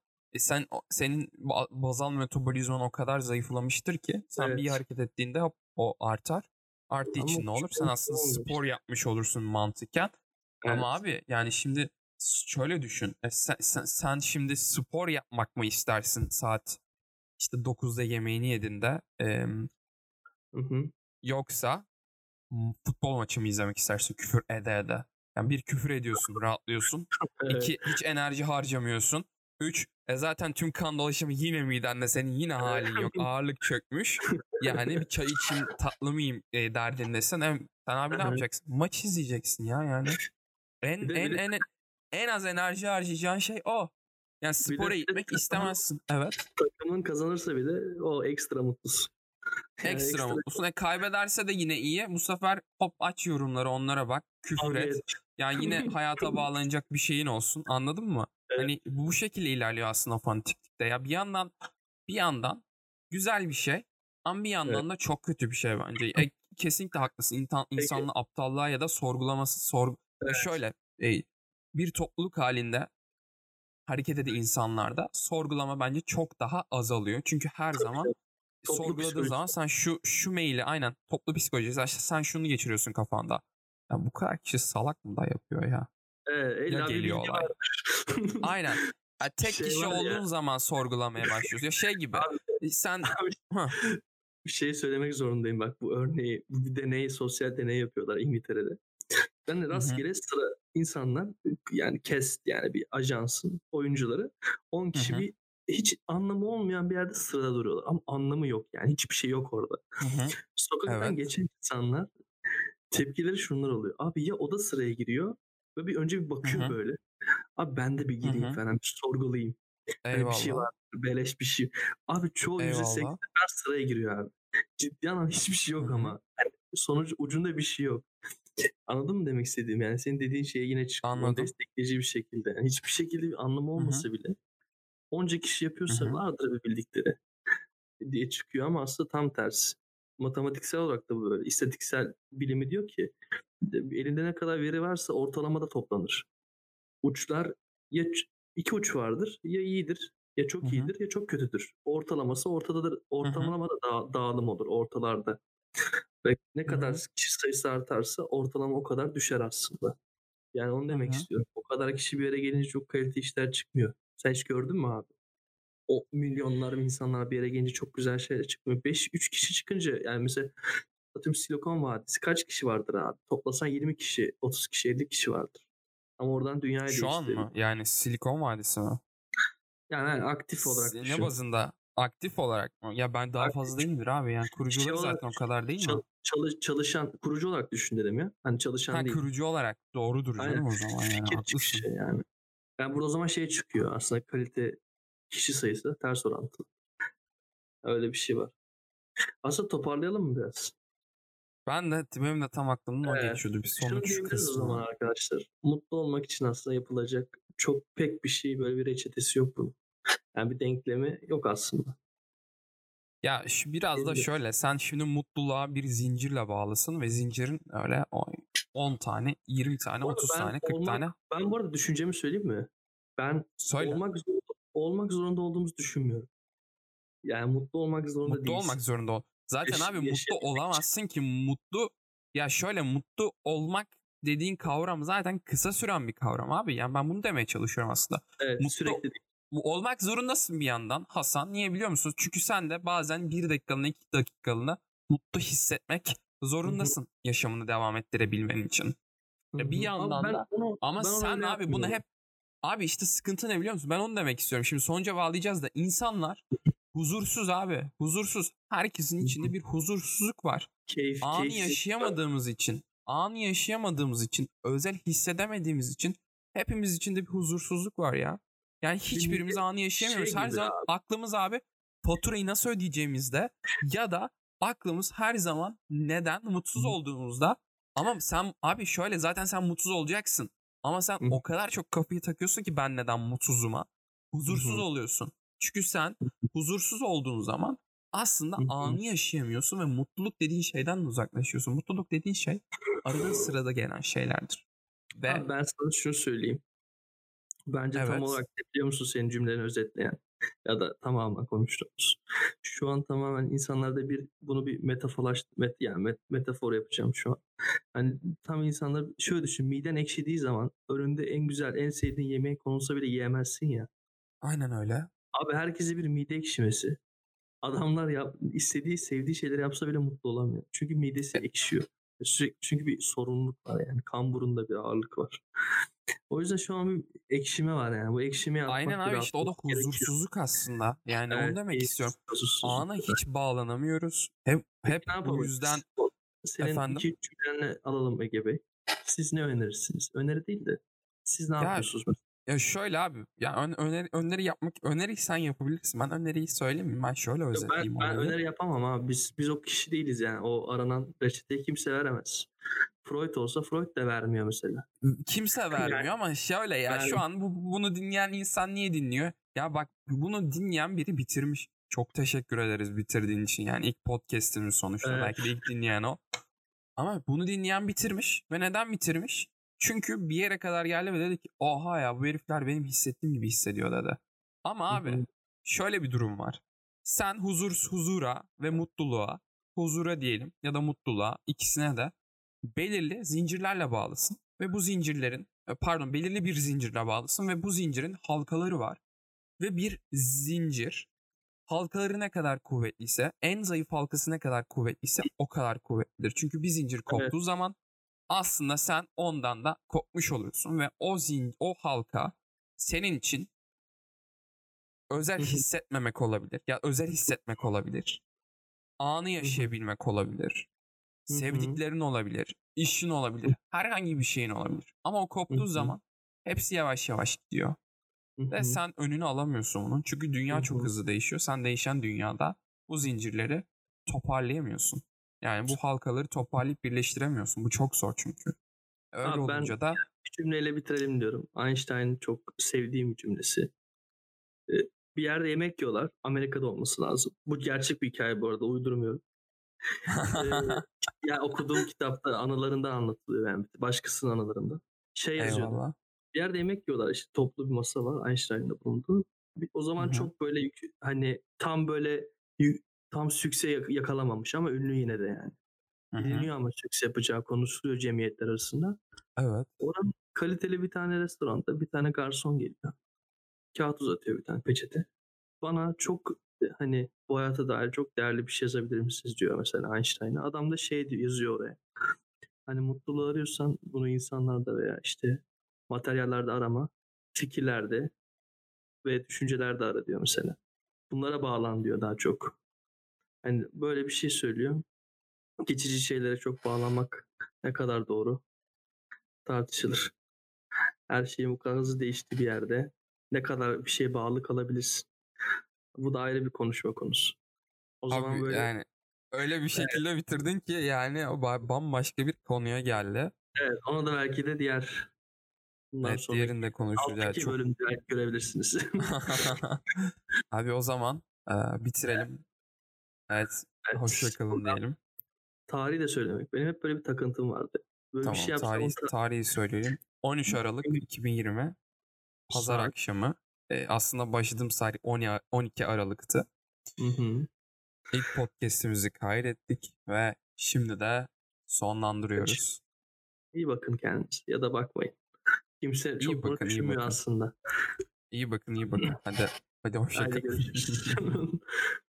senin bazal metabolizman o kadar zayıflamıştır ki sen bir hareket ettiğinde hop o artar. Arttığı için ne olur? Sen aslında spor yapmış olursun mantıken. Evet. Ama abi yani şimdi şöyle düşün. Sen şimdi spor yapmak mı istersin saat işte 9'da yemeğini yediğinde? Yoksa futbol maçı mı izlemek istersin küfür ede? Yani bir, küfür ediyorsun, rahatlıyorsun. İki, hiç enerji harcamıyorsun. Üç, zaten tüm kan dolaşımı yine midende, senin yine halin yok. Ağırlık çökmüş. Yani bir çay içeyim, tatlı mı yiyeyim derdindesin. Sen abi ne yapacaksın? Maç izleyeceksin ya yani. En az enerji harcayacağın şey o. Yani spora gitmek istemezsin. Evet. Takımın kazanırsa bile o ekstra mutlusun. Yani ekstra mutlusun. Kaybederse de yine iyi. Bu sefer hop aç yorumları, onlara bak. Küfür et. Yani yine hayata bağlanacak bir şeyin olsun. Anladın mı? Evet. Hani bu şekilde ilerliyor aslında fanatiklikte. Ya bir yandan güzel bir şey ama bir yandan da çok kötü bir şey bence. Kesinlikle haklısın. İnsanla aptallığa ya da sorgulaması Ya şöyle bir topluluk halinde hareket eden insanlarda sorgulama bence çok daha azalıyor. Çünkü her zaman sorguladığın zaman sen şu maili, aynen, toplu psikolojisi, işte sen şunu geçiriyorsun kafanda. Ya bu kadar kişi salak mı da yapıyor ya? Ya geliyor olay. Aynen. Ya tek kişi olduğun zaman sorgulamaya başlıyorsun. Ya şey gibi. Sen bir şey söylemek zorundayım bak, bu örneği, bir deney, sosyal deney yapıyorlar İngiltere'de. Ben de rastgele sıra insanlar, yani yani bir ajansın oyuncuları 10 kişi bir hiç anlamı olmayan bir yerde sırada duruyorlar. Ama anlamı yok yani, hiçbir şey yok orada. Sokaktan geçen insanlar tepkileri şunlar oluyor. Abi ya o da sıraya giriyor ve önce bir bakıyor böyle. Abi ben de bir gireyim falan, bir sorgulayayım. Hani bir şey var, beleş bir şey. Abi çoğu %80 sıraya giriyor abi. Ciddi anlamda hiçbir şey yok ama. Yani sonucu ucunda bir şey yok. Anladın mı demek istediğim? Yani senin dediğin şeye yine çıkıyor. Onu Anladım. destekleyici bir şekilde. Yani hiçbir şekilde bir anlamı Hı hı. olmasa bile onca kişi Hı yapıyorsa hı. vardır bir bildikleri diye çıkıyor ama aslında tam tersi. Matematiksel olarak da bu böyle. İstatistiksel bilimi diyor ki elinde ne kadar veri varsa ortalamada toplanır. Uçlar ya iki uç vardır, ya iyidir, ya Hı çok hı. iyidir, ya çok kötüdür. Ortalaması ortadadır. Hı hı. Ortalamada dağılım olur ortalarda. Ve ne Hı kadar hı. kişi sayısı artarsa ortalama o kadar düşer aslında. Yani onu Hı demek hı. istiyorum. O kadar kişi bir yere gelince çok kaliteli işler çıkmıyor. Sen hiç gördün mü abi? O milyonlar insanlar bir yere gelince çok güzel şeyler çıkmıyor. 3 kişi çıkınca yani mesela atıyorum Silikon Vadisi kaç kişi vardır abi? Toplasan 20 kişi, 30 kişi, 50 kişi vardır. Ama oradan dünyayı Şu an değiştirebilir. mı? Yani Silikon Vadisi mi? Yani aktif olarak Ne düşün. bazında? Aktif olarak mı? Ya ben daha Aktif, fazla değildir abi. Yani şey kurucuları olarak zaten o kadar değil mi? çalışan kurucu olarak düşün dedim ya. Hani çalışan Ha, değil. kurucu olarak. Doğrudur Aynen. canım o zaman, yani Fikir haklısın. çıkışı yani. Yani burada o zaman şey çıkıyor aslında kalite kişi sayısı ters orantılı. Öyle bir şey var. Aslında toparlayalım mı biraz? Benim de tam aklımdan o Evet. geçiyordu, bir Şunu sonuç diyebiliriz o zaman kısmı. arkadaşlar. Mutlu olmak için aslında yapılacak çok pek bir şey böyle bir reçetesi yok bunun. Yani bir denklemi yok aslında. Ya biraz da Diyebiliriz. şöyle, sen şimdi mutluluğa bir zincirle bağlısın ve zincirin öyle 10 tane, 20 tane, Bu arada 30 tane, 40 tane. ben bu arada düşüncemi söyleyeyim mi? Ben Söyle. olmak zorunda olduğumuzu düşünmüyorum. Yani mutlu olmak zorunda Mutlu olmak değilsin. zorunda ol. Zaten abi mutlu Yaşayabilmek için. olamazsın ki. Ya şöyle, mutlu olmak dediğin kavram zaten kısa süren bir kavram abi. Yani ben bunu demeye çalışıyorum aslında. Evet, Mutlu sürekli değil. olmak zorundasın bir yandan Hasan. Niye biliyor musun? Çünkü sen de bazen bir dakikalığına, 2 dakikalığına mutlu hissetmek Hı hı, zorundasın yaşamını devam ettirebilmen için. hı Bir hı. Ama yandan da ama ben onu sen öyle abi bunu yapmıyorum. hep, abi işte sıkıntı ne biliyor musun? Ben onu demek istiyorum. Şimdi sonuca bağlayacağız da, insanlar huzursuz abi. Huzursuz. Herkesin Hı içinde hı. bir huzursuzluk var. Keyifsiz var. Anı yaşayamadığımız için, özel hissedemediğimiz için hepimiz içinde bir huzursuzluk var ya. Yani Bir mide hiçbirimiz anı şey yaşayamıyoruz. Her gibi zaman abi. aklımız abi faturayı nasıl ödeyeceğimizde, ya da aklımız her zaman neden Hı mutsuz olduğumuzda. Ama sen abi şöyle, zaten sen mutsuz olacaksın. Ama sen hı, o kadar çok kafayı takıyorsun ki ben neden mutsuzuma. hı Huzursuz hı, oluyorsun. Çünkü sen huzursuz olduğun zaman aslında hı hı. anı yaşayamıyorsun ve mutluluk dediğin şeyden de uzaklaşıyorsun. Mutluluk dediğin şey arada sırada gelen şeylerdir. Ve Abi ben sana şunu söyleyeyim. Bence tam evet, olarak ne biliyor musun senin cümleni özetleyen ya da tamamen konuştuğumuz. Şu an tamamen insanlarda bunu bir metafor yapacağım şu an. Hani tam insanlar şöyle düşün, miden ekşidiği zaman önünde en güzel en sevdiğin yemeğin konulsa bile yiyemezsin ya. aynen öyle. Abi herkese bir mide ekşimesi. Adamlar istediği sevdiği şeyleri yapsa bile mutlu olamıyor. Çünkü midesi E, ekşiyor. Sürekli, çünkü bir sorumluluk var yani. Kan burunda bir ağırlık var. O yüzden şu an bir ekşime var yani. Bu ekşimeyi aynen atmak bir abi, işte o da rahatlaması gerekiyor. huzursuzluk aslında. Yani onu Evet, demek istiyorum. keyifsiz, huzursuzluk. Ana hiç bağlanamıyoruz. Hep Peki ne bu yüzden yapabiliriz? Senin efendim. 2-3 cümlenle alalım Ege Bey. Siz ne önerirsiniz? Öneri değil de siz ne Ya yapıyorsunuz mesela? ya şöyle abi. Ya öneri sen yapabilirsin. Ben öneriyi söyleyeyim mi? Ben şöyle Yok, ben, özetleyeyim ben olayı. öneri yapamam ama biz o kişi değiliz yani. O aranan reçeteyi kimse veremez. Freud olsa Freud da vermiyor mesela. Kimse Yani vermiyor ama şöyle, ya şu ben an bunu dinleyen insan niye dinliyor? Ya bak, bunu dinleyen biri bitirmiş. Çok teşekkür ederiz bitirdiğin için. Yani ilk podcast'imiz sonuçta. e, Belki de ilk dinleyen o. Ama bunu dinleyen bitirmiş. Ve neden bitirmiş? Çünkü bir yere kadar geldi ve dedi ki oha ya, bu herifler benim hissettiğim gibi hissediyor dedi. Ama hı abi hı, şöyle bir durum var. Sen huzura ve mutluluğa, huzura diyelim ya da mutluluğa, ikisine de belirli zincirlerle bağlısın. Ve bu zincirlerin belirli bir zincirle bağlısın ve bu zincirin halkaları var. Ve bir zincir halkaları ne kadar kuvvetliyse, en zayıf halkası ne kadar kuvvetliyse o kadar kuvvetlidir. Çünkü bir zincir evet. koptuğu zaman aslında sen ondan da kopmuş oluyorsun ve o halka senin için özel Hı hı, hissetmemek olabilir. Ya özel hissetmek olabilir. Anı hı hı, yaşayabilmek olabilir. hı hı, Sevdiklerin olabilir. İşin olabilir. Herhangi bir şeyin olabilir. Ama o hı koptuğu hı, zaman hepsi yavaş yavaş gidiyor. hı Ve hı, sen önünü alamıyorsun bunun. Çünkü hı dünya çok hı. hızlı değişiyor. Sen değişen dünyada bu zincirleri toparlayamıyorsun. Yani bu halkaları toparlayıp birleştiremiyorsun. Bu çok zor çünkü. Öyle Abi ben olunca da bir cümleyle bitirelim diyorum. Einstein'ın çok sevdiğim bir cümlesi. Ee, Bir yerde yemek yiyorlar. Amerika'da olması lazım. Bu gerçek bir hikaye bu arada. Uydurmuyorum. Ya okuduğum kitapta anılarından anlatılıyor yani. Başkasının anılarında. Şey yazıyordu. eyvallah. Bir yerde yemek yiyorlar işte. Toplu bir masa var. Einstein'ın da bulunduğu. O Hı zaman hı. çok böyle hani tam böyle tam sükse yakalamamış ama ünlü yine de yani. Hı hı. Biliniyor ama sükse yapacağı konuşuluyor cemiyetler arasında. Evet. Oradan kaliteli bir tane restoranda bir tane garson geliyor. Kağıt uzatıyor, bir tane peçete. Bana çok hani bu hayata dair çok değerli bir şey yazabilir misiniz diyor mesela Einstein'a. Adam da şey diyor, yazıyor oraya. Hani mutluluğu arıyorsan bunu insanlarda veya işte materyallerde arama, fikirlerde ve düşüncelerde ara diyor mesela. Bunlara bağlan diyor daha çok. Hani böyle bir şey söylüyor. Geçici şeylere çok bağlanmak ne kadar doğru tartışılır. Her şeyin bu kadar hızlı değiştiği bir yerde ne kadar bir şeye bağlı kalabilirsin. Bu da ayrı bir konuşma konusu. O zaman Abi böyle yani öyle bir evet, şekilde bitirdin ki yani o bambaşka bir konuya geldi. evet onu da belki de bundan Evet, sonraki diğerinde konuşuruz. Yani alttaki çok bölümde belki görebilirsiniz. abi o zaman bitirelim. Evet, hoşça Evet. kalın diyelim. Tarihi de söylemek. Benim hep böyle bir takıntım vardı. Böyle bir Tamam, şey yapsam tarihi söyleyelim. 13 Aralık 2020 Pazar saat. akşamı. Aslında başladığım tarih 12 Aralık'tı. Hı hı. İlk podcast'imizi kaydettik ve şimdi de sonlandırıyoruz. İyi bakın kendinize ya da bakmayın. Kimse İyi çok bunu bakın, iyi düşünmüyor bakın. aslında. İyi bakın, iyi bakın. Hadi Haydi hoşça kalın. görüşürüz.